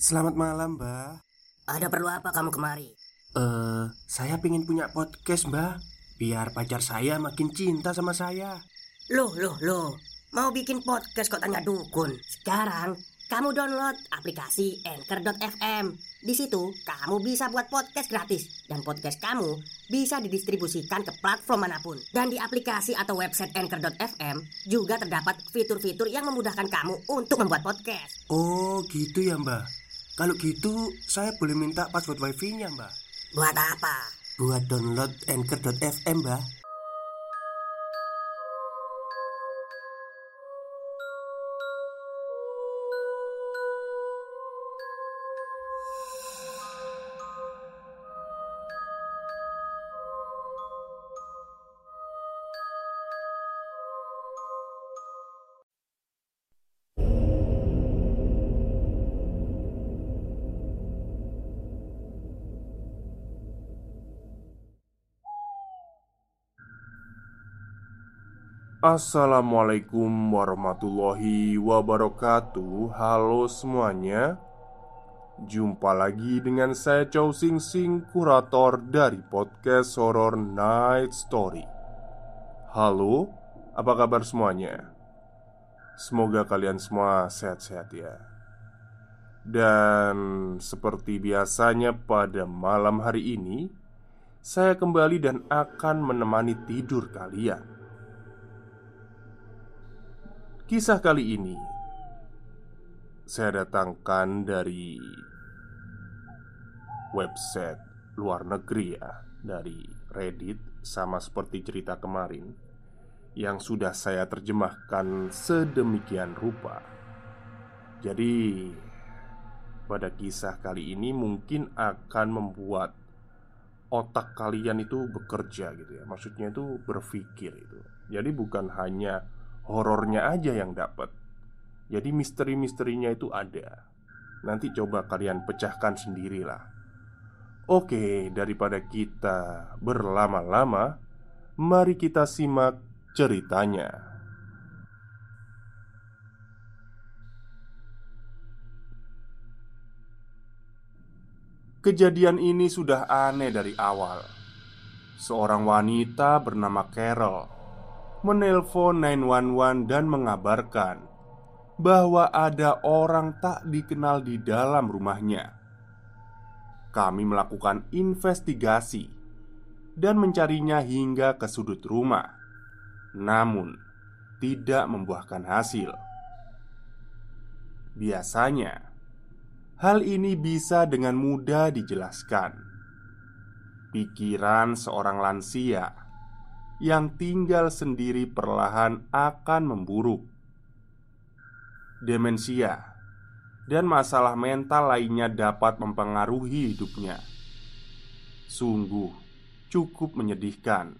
Selamat malam, Mbak. Ada perlu apa kamu kemari? Saya pengen punya podcast, Mbak. Biar pacar saya makin cinta sama saya. Loh. Mau bikin podcast kok tanya dukun? Sekarang kamu download aplikasi Anchor.fm. Di situ kamu bisa buat podcast gratis. Dan podcast kamu bisa didistribusikan ke platform manapun. Dan di aplikasi atau website Anchor.fm juga terdapat fitur-fitur yang memudahkan kamu untuk membuat podcast. Oh, gitu ya, Mbak. Kalau gitu, saya boleh minta password wifi-nya, Mbak. Buat apa? Buat download Anchor.fm, Mbak. Assalamualaikum warahmatullahi wabarakatuh. Halo semuanya. Jumpa lagi dengan saya Chow Sing Sing, kurator dari podcast Horror Night Story. Halo, apa kabar semuanya? Semoga kalian semua sehat-sehat ya. Dan seperti biasanya pada malam hari ini, saya kembali dan akan menemani tidur kalian. Kisah kali ini saya datangkan dari website luar negeri ya, dari Reddit, sama seperti cerita kemarin yang sudah saya terjemahkan sedemikian rupa. Jadi pada kisah kali ini mungkin akan membuat otak kalian itu bekerja gitu ya. Maksudnya itu berpikir itu. Jadi bukan hanya horornya aja yang dapat. Jadi misteri-misterinya itu ada. Nanti coba kalian pecahkan sendirilah. Oke, daripada kita berlama-lama, mari kita simak ceritanya. Kejadian ini sudah aneh dari awal. Seorang wanita bernama Carol menelpon 911 dan mengabarkan bahwa ada orang tak dikenal di dalam rumahnya. Kami melakukan investigasi dan mencarinya hingga ke sudut rumah, namun tidak membuahkan hasil. Biasanya, hal ini bisa dengan mudah dijelaskan. Pikiran seorang lansia yang tinggal sendiri perlahan akan memburuk. Demensia dan masalah mental lainnya dapat mempengaruhi hidupnya. Sungguh cukup menyedihkan.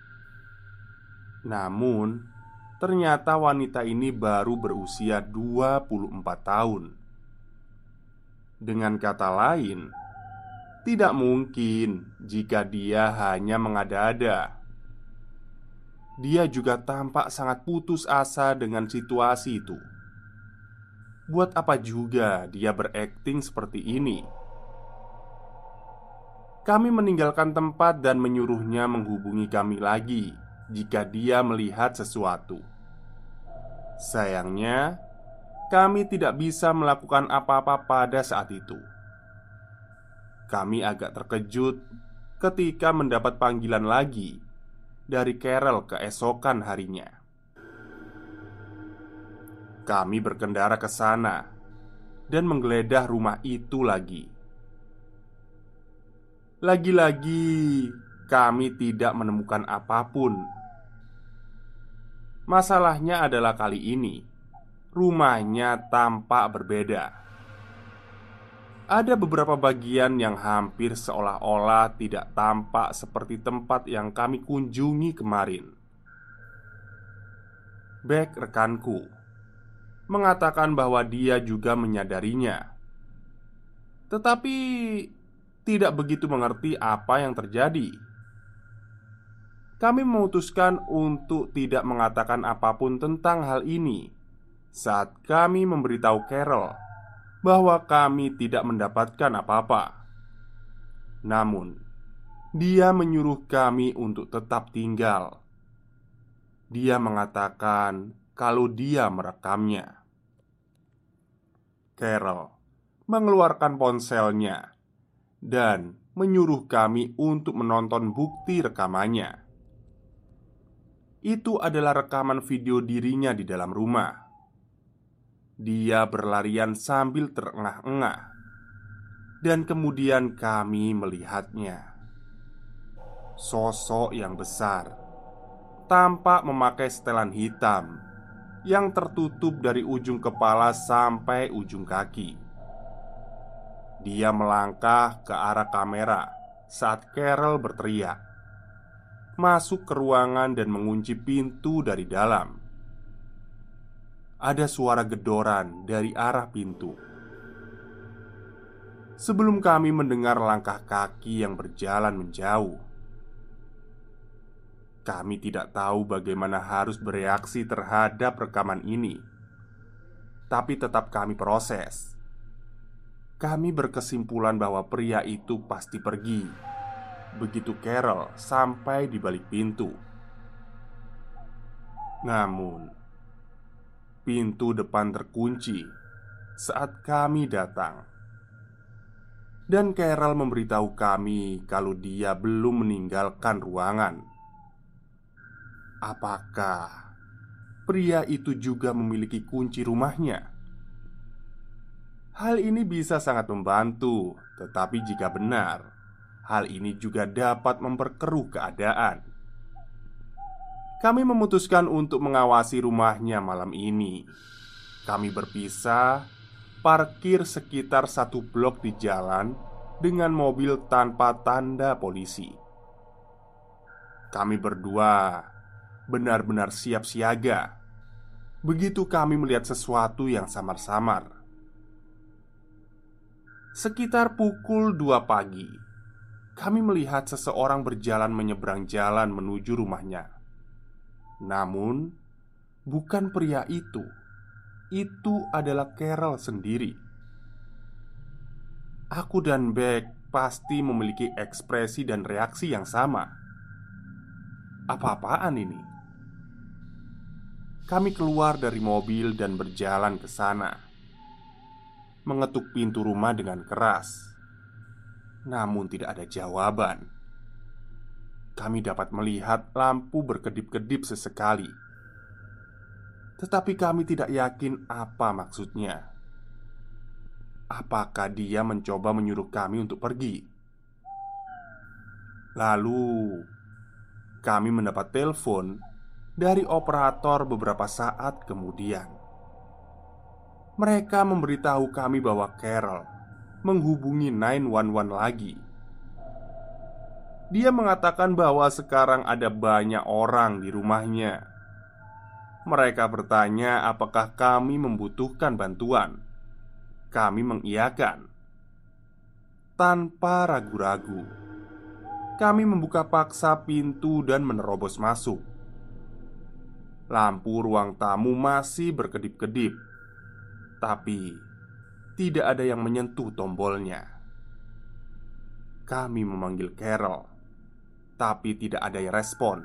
Namun, ternyata wanita ini baru berusia 24 tahun. Dengan kata lain, tidak mungkin jika dia hanya mengada-ada. Dia juga tampak sangat putus asa dengan situasi itu. Buat apa juga dia berakting seperti ini? Kami meninggalkan tempat dan menyuruhnya menghubungi kami lagi jika dia melihat sesuatu. Sayangnya, kami tidak bisa melakukan apa-apa pada saat itu. Kami agak terkejut ketika mendapat panggilan lagi dari Carol keesokan harinya. Kami berkendara ke sana dan menggeledah rumah itu lagi. Lagi-lagi kami tidak menemukan apapun. Masalahnya adalah kali ini rumahnya tampak berbeda. Ada beberapa bagian yang hampir seolah-olah tidak tampak seperti tempat yang kami kunjungi kemarin. Beck, rekanku, mengatakan bahwa dia juga menyadarinya, tetapi tidak begitu mengerti apa yang terjadi. Kami memutuskan untuk tidak mengatakan apapun tentang hal ini saat kami memberitahu Carol bahwa kami tidak mendapatkan apa-apa. Namun, dia menyuruh kami untuk tetap tinggal. Dia mengatakan kalau dia merekamnya. Carol mengeluarkan ponselnya dan menyuruh kami untuk menonton bukti rekamannya. Itu adalah rekaman video dirinya di dalam rumah. Dia berlarian sambil terengah-engah, dan kemudian kami melihatnya. Sosok yang besar, tampak memakai setelan hitam yang tertutup dari ujung kepala sampai ujung kaki. Dia melangkah ke arah kamera saat Carol berteriak, masuk ke ruangan dan mengunci pintu dari dalam. Ada suara gedoran dari arah pintu. Sebelum kami mendengar langkah kaki yang berjalan menjauh, kami tidak tahu bagaimana harus bereaksi terhadap rekaman ini. Tapi tetap kami proses. Kami berkesimpulan bahwa pria itu pasti pergi begitu Carol sampai di balik pintu. Namun, pintu depan terkunci saat kami datang, dan Carol memberitahu kami kalau dia belum meninggalkan ruangan. Apakah pria itu juga memiliki kunci rumahnya? Hal ini bisa sangat membantu, tetapi jika benar, hal ini juga dapat memperkeruh keadaan. Kami memutuskan untuk mengawasi rumahnya malam ini. Kami berpisah, parkir sekitar 1 blok di jalan dengan mobil tanpa tanda polisi. Kami berdua benar-benar siap siaga begitu kami melihat sesuatu yang samar-samar. Sekitar pukul 2 pagi, kami melihat seseorang berjalan menyeberang jalan menuju rumahnya. Namun, bukan pria itu. Itu adalah Carol sendiri. Aku dan Beck pasti memiliki ekspresi dan reaksi yang sama. Apa-apaan ini? Kami keluar dari mobil dan berjalan ke sana, mengetuk pintu rumah dengan keras. Namun tidak ada jawaban. Kami dapat melihat lampu berkedip-kedip sesekali, tetapi kami tidak yakin apa maksudnya. Apakah dia mencoba menyuruh kami untuk pergi? Lalu kami mendapat telepon dari operator beberapa saat kemudian. Mereka memberitahu kami bahwa Carol menghubungi 911 lagi. Dia mengatakan bahwa sekarang ada banyak orang di rumahnya. Mereka bertanya apakah kami membutuhkan bantuan. Kami mengiyakan. Tanpa ragu-ragu, kami membuka paksa pintu dan menerobos masuk. Lampu ruang tamu masih berkedip-kedip, tapi tidak ada yang menyentuh tombolnya. Kami memanggil Carol, tapi tidak ada yang respon.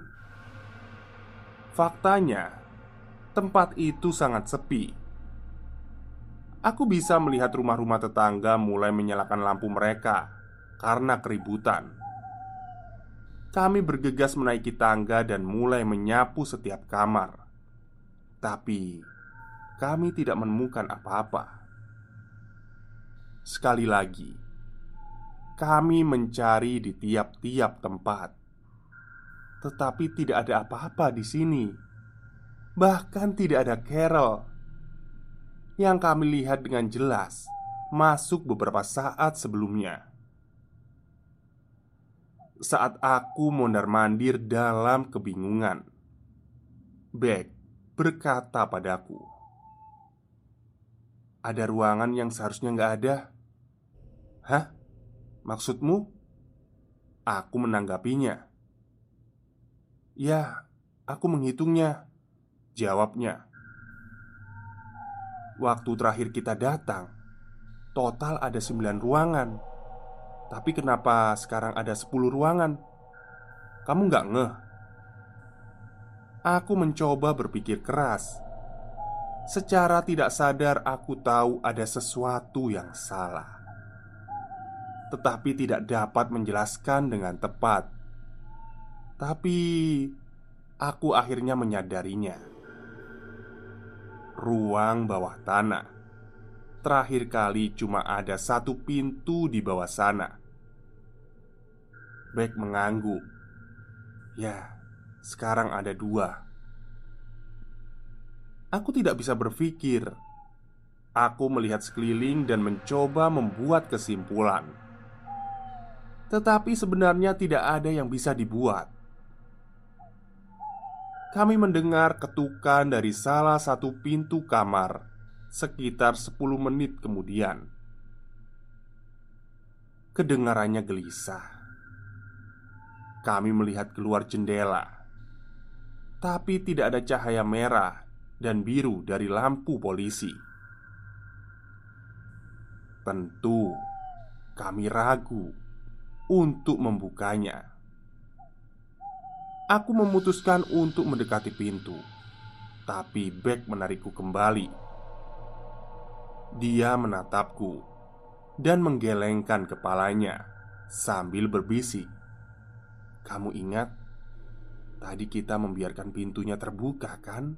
Faktanya, tempat itu sangat sepi. Aku bisa melihat rumah-rumah tetangga mulai menyalakan lampu mereka karena keributan. Kami bergegas menaiki tangga dan mulai menyapu setiap kamar. Tapi kami tidak menemukan apa-apa. Sekali lagi, kami mencari di tiap-tiap tempat, tetapi tidak ada apa-apa di sini. Bahkan tidak ada Carol yang kami lihat dengan jelas masuk beberapa saat sebelumnya. Saat aku mondar-mandir dalam kebingungan, Beck berkata padaku, "Ada ruangan yang seharusnya nggak ada." "Hah? Maksudmu?" Aku menanggapinya. "Ya, aku menghitungnya," jawabnya. "Waktu terakhir kita datang, total ada 9 ruangan. Tapi kenapa sekarang ada 10 ruangan? Kamu nggak ngeh? Aku mencoba berpikir keras. Secara tidak sadar aku tahu ada sesuatu yang salah, tetapi tidak dapat menjelaskan dengan tepat. Tapi aku akhirnya menyadarinya. Ruang bawah tanah. Terakhir kali cuma ada satu pintu di bawah sana. Beck mengangguk. Ya, sekarang ada 2. Aku tidak bisa berpikir. Aku melihat sekeliling dan mencoba membuat kesimpulan. Tetapi sebenarnya tidak ada yang bisa dibuat. Kami mendengar ketukan dari salah satu pintu kamar sekitar 10 menit kemudian. Kedengarannya gelisah. Kami melihat keluar jendela, tapi tidak ada cahaya merah dan biru dari lampu polisi. Tentu kami ragu untuk membukanya. Aku memutuskan untuk mendekati pintu, tapi Beck menarikku kembali. Dia menatapku dan menggelengkan kepalanya sambil berbisik, "Kamu ingat, tadi kita membiarkan pintunya terbuka, kan?"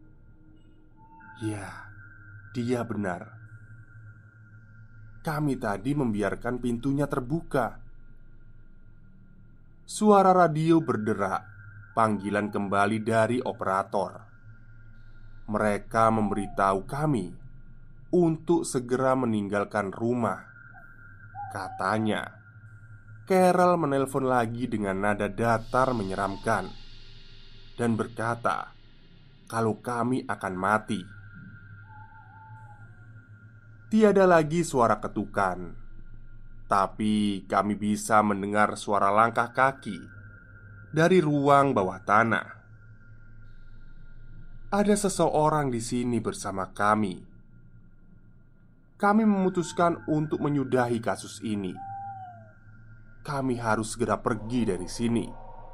Ya, dia benar. Kami tadi membiarkan pintunya terbuka. Suara radio berderak, panggilan kembali dari operator. Mereka memberitahu kami untuk segera meninggalkan rumah. Katanya, Carol menelpon lagi dengan nada datar menyeramkan dan berkata kalau kami akan mati. Tiada lagi suara ketukan, tapi kami bisa mendengar suara langkah kaki dari ruang bawah tanah. Ada seseorang di sini bersama kami. Kami memutuskan untuk menyudahi kasus ini. Kami harus segera pergi dari sini.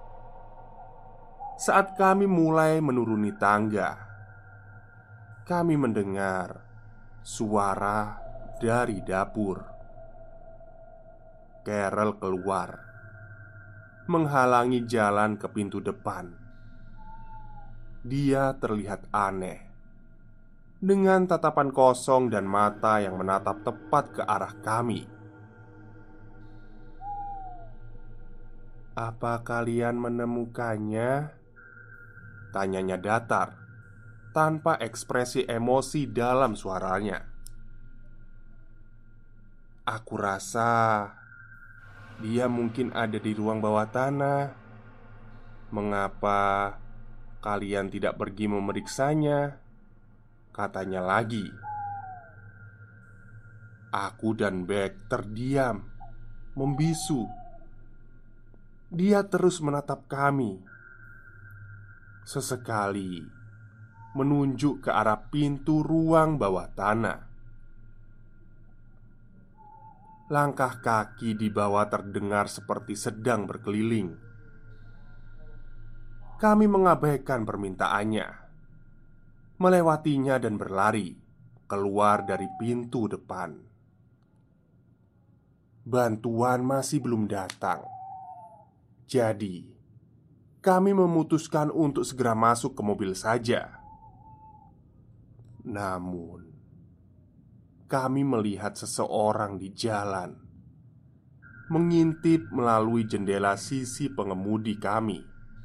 Saat kami mulai menuruni tangga, kami mendengar suara dari dapur. Carol keluar, menghalangi jalan ke pintu depan. Dia terlihat aneh, dengan tatapan kosong dan mata yang menatap tepat ke arah kami. "Apa kalian menemukannya?" tanyanya datar, tanpa ekspresi emosi dalam suaranya. Aku rasa dia mungkin ada di ruang bawah tanah. Mengapa kalian tidak pergi memeriksanya? Katanya lagi. Aku dan Beck terdiam, membisu. Dia terus menatap kami. Sesekali menunjuk ke arah pintu ruang bawah tanah. Langkah kaki di bawah terdengar seperti sedang berkeliling. Kami mengabaikan permintaannya, melewatinya dan berlari keluar dari pintu depan. Bantuan masih belum datang. Jadi, kami memutuskan untuk segera masuk ke mobil saja. Namun, kami melihat seseorang di jalan, mengintip melalui jendela sisi pengemudi kami.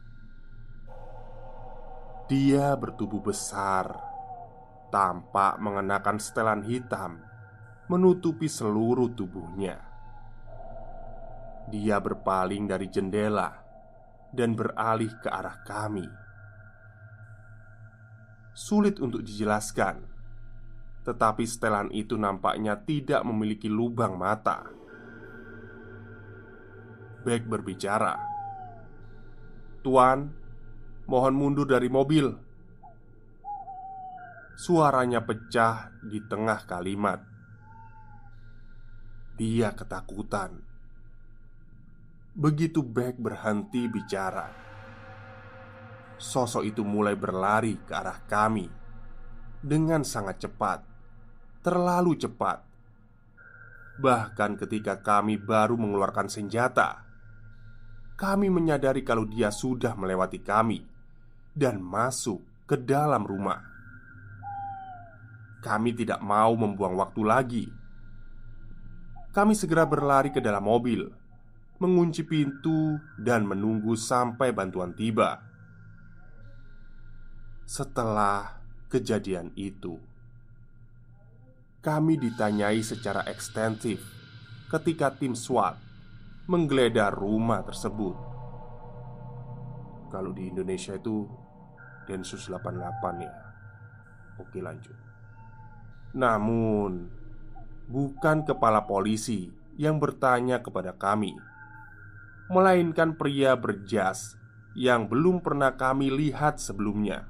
Dia bertubuh besar, tampak mengenakan setelan hitam menutupi seluruh tubuhnya. Dia berpaling dari jendela dan beralih ke arah kami. Sulit untuk dijelaskan, tetapi setelan itu nampaknya tidak memiliki lubang mata. Beck berbicara, "Tuan, mohon mundur dari mobil." Suaranya pecah di tengah kalimat. Dia ketakutan. Begitu Beck berhenti bicara, sosok itu mulai berlari ke arah kami dengan sangat cepat, terlalu cepat. Bahkan ketika kami baru mengeluarkan senjata, kami menyadari kalau dia sudah melewati kami dan masuk ke dalam rumah. Kami tidak mau membuang waktu lagi. Kami segera berlari ke dalam mobil, mengunci pintu dan menunggu sampai bantuan tiba. Setelah kejadian itu, kami ditanyai secara ekstensif ketika tim SWAT menggeledah rumah tersebut. Kalau di Indonesia itu Densus 88 ya. Oke, lanjut. Namun, bukan kepala polisi yang bertanya kepada kami, melainkan pria berjas yang belum pernah kami lihat sebelumnya.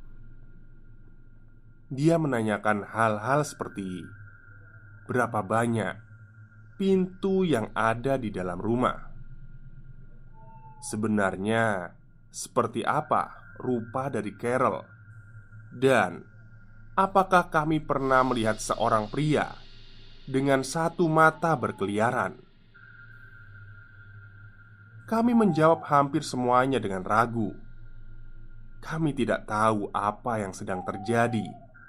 Dia menanyakan hal-hal seperti berapa banyak pintu yang ada di dalam rumah, sebenarnya seperti apa rupa dari Carol, dan apakah kami pernah melihat seorang pria dengan satu mata berkeliaran. Kami menjawab hampir semuanya dengan ragu. Kami tidak tahu apa yang sedang terjadi.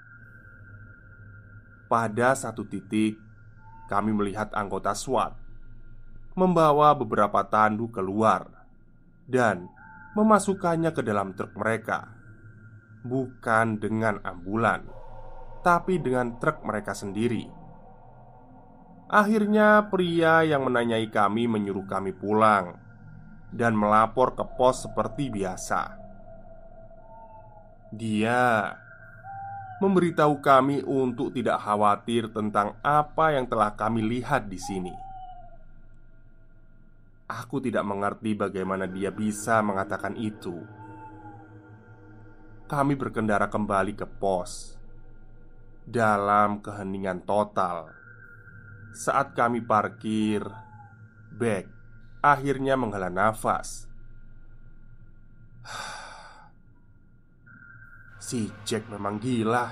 Pada satu titik, kami melihat anggota SWAT membawa beberapa tandu keluar dan memasukkannya ke dalam truk mereka. Bukan dengan ambulan, tapi dengan truk mereka sendiri. Akhirnya pria yang menanyai kami menyuruh kami pulang dan melapor ke pos seperti biasa. Dia memberitahu kami untuk tidak khawatir tentang apa yang telah kami lihat di sini. Aku tidak mengerti bagaimana dia bisa mengatakan itu. Kami berkendara kembali ke pos dalam keheningan total. Saat kami parkir, Beck akhirnya menghela nafas. Si Jack memang gila.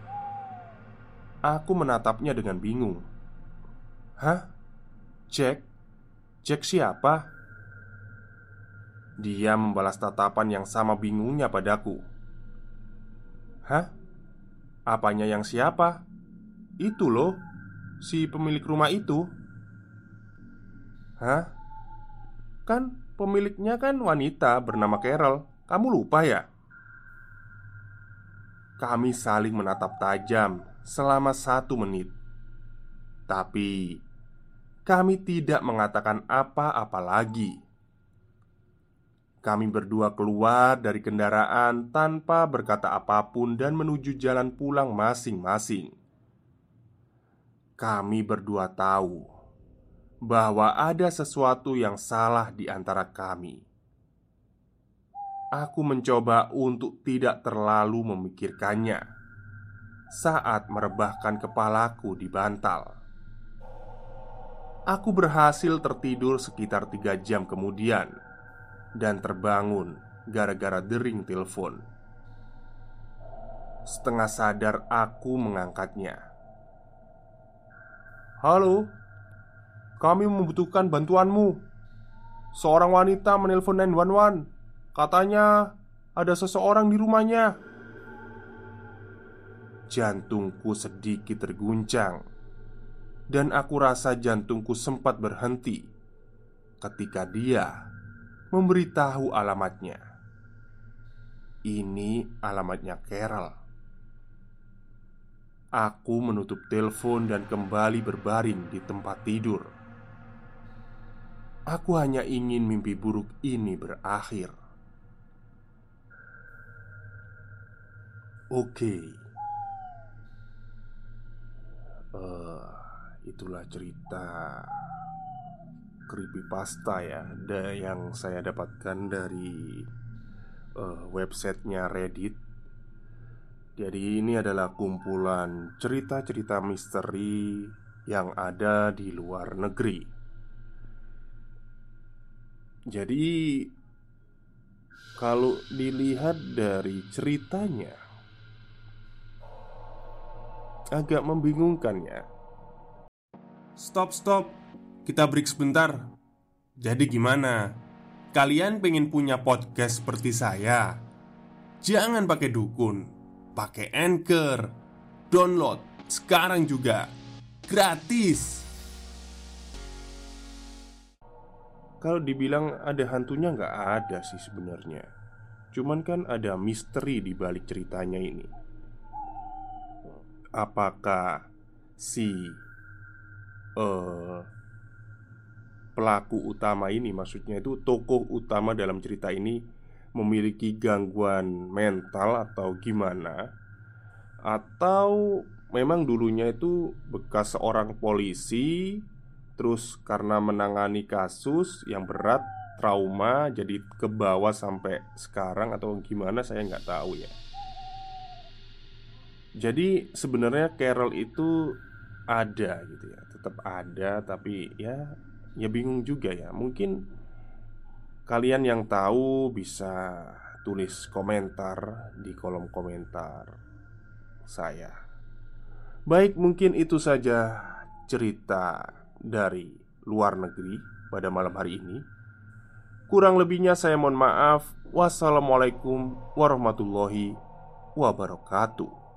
Aku menatapnya dengan bingung. Hah? Jack? Jack siapa? Dia membalas tatapan yang sama bingungnya padaku. Hah? Apanya yang siapa? Itu loh, si pemilik rumah itu. Hah? Kan pemiliknya kan wanita bernama Carol. Kamu lupa ya? Kami saling menatap tajam selama 1 menit. Tapi kami tidak mengatakan apa-apa lagi. Kami berdua keluar dari kendaraan tanpa berkata apapun dan menuju jalan pulang masing-masing. Kami berdua tahu bahwa ada sesuatu yang salah di antara kami. Aku mencoba untuk tidak terlalu memikirkannya saat merebahkan kepalaku di bantal. Aku berhasil tertidur sekitar 3 jam kemudian dan terbangun gara-gara dering telepon. Setengah sadar aku mengangkatnya. Halo, kami membutuhkan bantuanmu. Seorang wanita menelpon 911. Katanya ada seseorang di rumahnya. Jantungku sedikit terguncang, dan aku rasa jantungku sempat berhenti ketika dia memberitahu alamatnya. Ini alamatnya Carol. Aku menutup telepon dan kembali berbaring di tempat tidur. Aku hanya ingin mimpi buruk ini berakhir. Oke. Itulah cerita creepypasta ya, yang saya dapatkan dari websitenya Reddit. Jadi ini adalah kumpulan cerita-cerita misteri yang ada di luar negeri. Jadi, kalau dilihat dari ceritanya, agak membingungkan ya. Stop, kita break sebentar. Jadi gimana? Kalian pengen punya podcast seperti saya? Jangan pakai dukun, pakai Anchor. Download sekarang juga, gratis. Kalau dibilang ada hantunya nggak ada sih sebenarnya. Cuman kan ada misteri di balik ceritanya ini. Apakah si pelaku utama ini, maksudnya itu tokoh utama dalam cerita ini, memiliki gangguan mental atau gimana? Atau memang dulunya itu bekas seorang polisi, terus karena menangani kasus yang berat, trauma, jadi ke bawah sampai sekarang, atau gimana saya nggak tahu ya. Jadi sebenarnya Carol itu ada gitu ya, tetap ada, tapi ya bingung juga ya. Mungkin kalian yang tahu bisa tulis komentar di kolom komentar saya. Baik, mungkin itu saja cerita dari luar negeri pada malam hari ini. Kurang lebihnya saya mohon maaf. Wassalamualaikum warahmatullahi wabarakatuh.